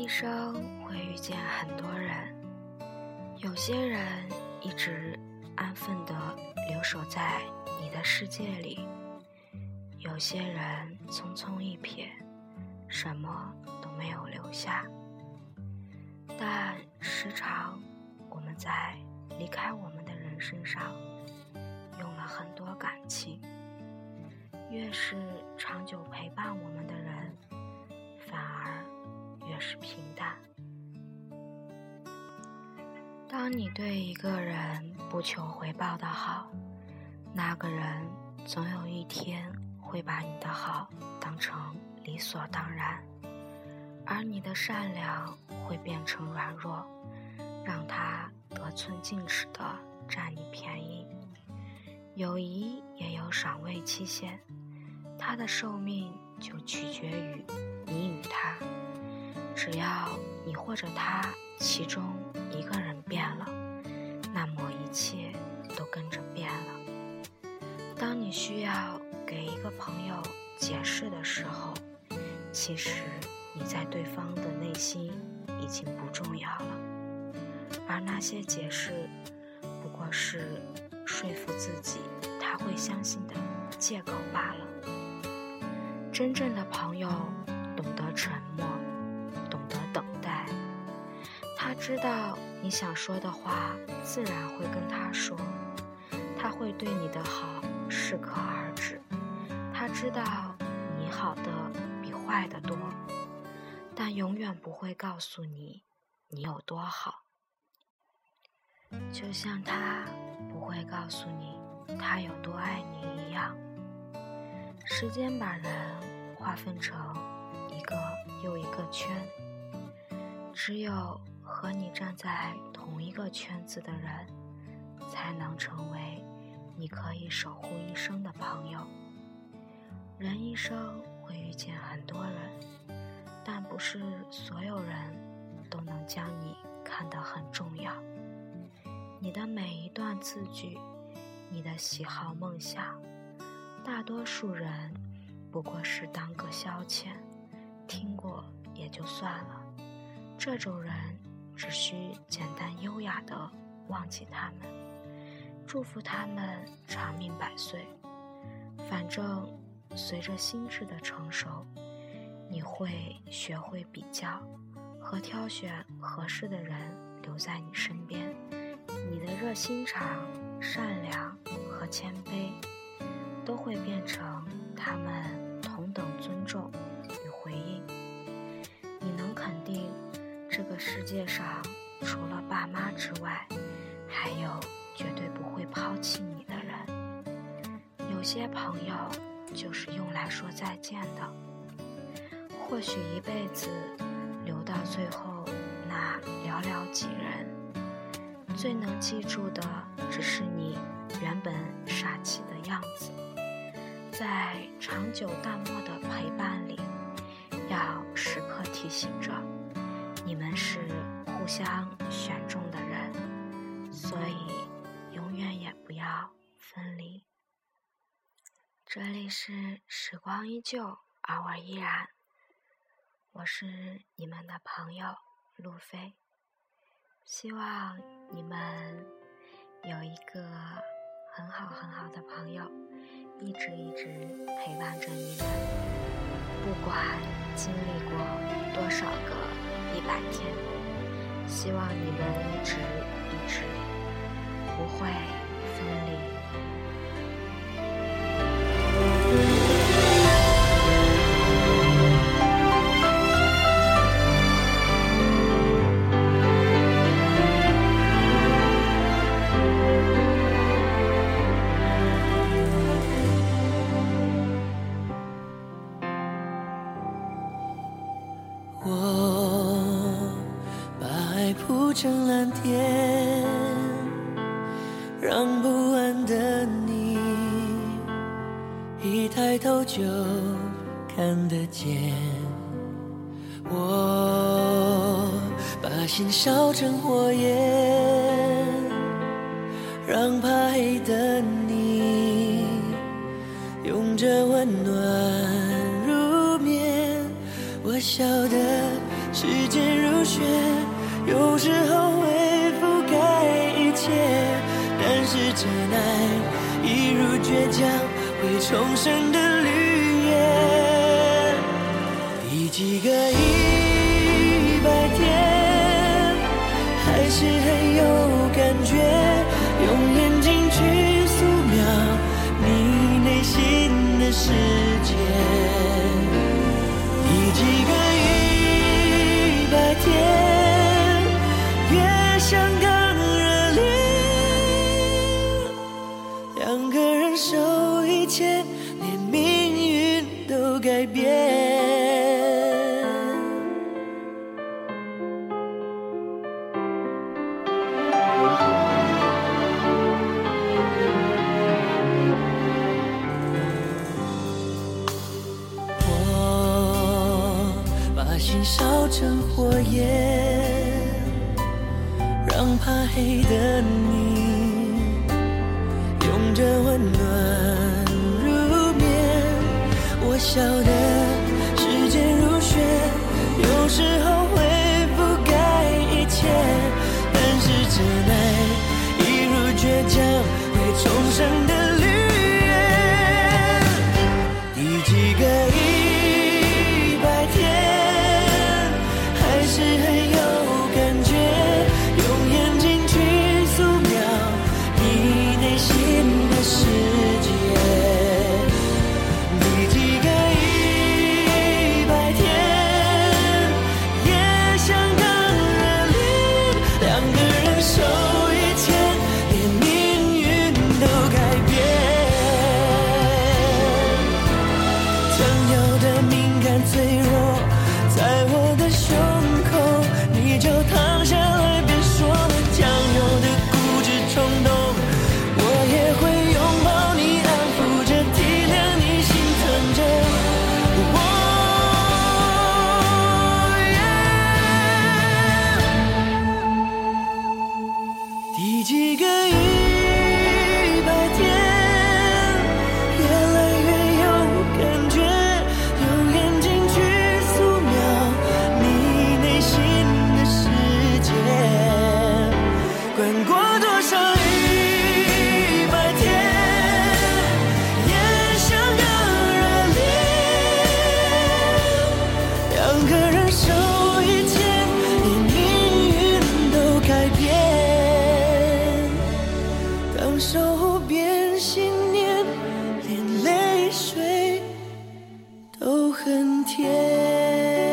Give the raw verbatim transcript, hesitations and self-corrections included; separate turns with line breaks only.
一生会遇见很多人，有些人一直安分地留守在你的世界里，有些人匆匆一瞥，什么都没有留下。但时常我们在离开我们的人身上用了很多感情，越是长久陪伴我们的人，反而越是平淡。当你对一个人不求回报的好，那个人总有一天会把你的好当成理所当然，而你的善良会变成软弱，让他得寸进尺地占你便宜。友谊也有赏味期限，它的寿命就取决于你与他。只要你或者他其中一个人变了，那么一切都跟着变了。当你需要给一个朋友解释的时候，其实你在对方的内心已经不重要了，而那些解释不过是说服自己他会相信的借口罢了。真正的朋友懂得沉默，懂得等待，他知道你想说的话自然会跟他说，他会对你的好适可而止，他知道你好的比坏的多，但永远不会告诉你你有多好。就像他不会告诉你他有多爱你一样。时间把人划分成一个又一个圈，只有和你站在同一个圈子的人，才能成为你可以守护一生的朋友。人一生会遇见很多人，但不是所有人都能将你看得很重要。你的每一段字句，你的喜好梦想，大多数人不过是当个消遣，听过也就算了。这种人只需简单优雅地忘记他们，祝福他们长命百岁。反正随着心智的成熟，你会学会比较和挑选合适的人留在你身边。你的热心肠、善良和谦卑都会变成他们同等尊重与回应。你能肯定这个世界上除了爸妈之外，还有绝对不会抛弃你的人。有些朋友就是用来说再见的，或许一辈子留到最后那寥寥几人，最能记住的只是你原本傻气的样子。在长久淡漠的陪伴里，要时刻提醒着你们是互相选中的人，所以永远也不要分离。这里是时光依旧，而我依然，我是你们的朋友路飞。希望你们有一个很好很好的朋友，一直一直陪伴着你们，不管经历过多少个一百天，希望你们一直一直不会分离。
我把爱铺成蓝天，让不安的你一抬头就看得见。我把心烧成火焰，让怕黑的你着温暖入眠，我笑得时间如雪，有时候会覆盖一切，但是真爱一如倔强会重生的绿叶。第几个一百天，还是很有感觉，用眼睛去素描你内心的世界。第几个一百天，越想更热烈，两个人手一牵，连命运都改变。心烧成火焰，让怕黑的你拥着温暖入眠。我晓得时间如雪，有时候会覆盖一切，但是真爱一如倔强会重生的绿叶。第几个一百天，是很有感觉，用眼睛去素描你内心的世界。第几个一百天，也想更热烈，两个人手一牵，连命运都改变。曾有的敏感脆弱，在我的胸你就躺下来，别说了，将有的固执冲动，我也会拥抱你，安抚着，体谅你，心疼着。我、yeah、第几个一百天，越来越有感觉，用眼睛去素描你内心管过多少一百天，也想更热烈，两个人手一牵，连命运都改变。当手变信念，连泪水都很甜。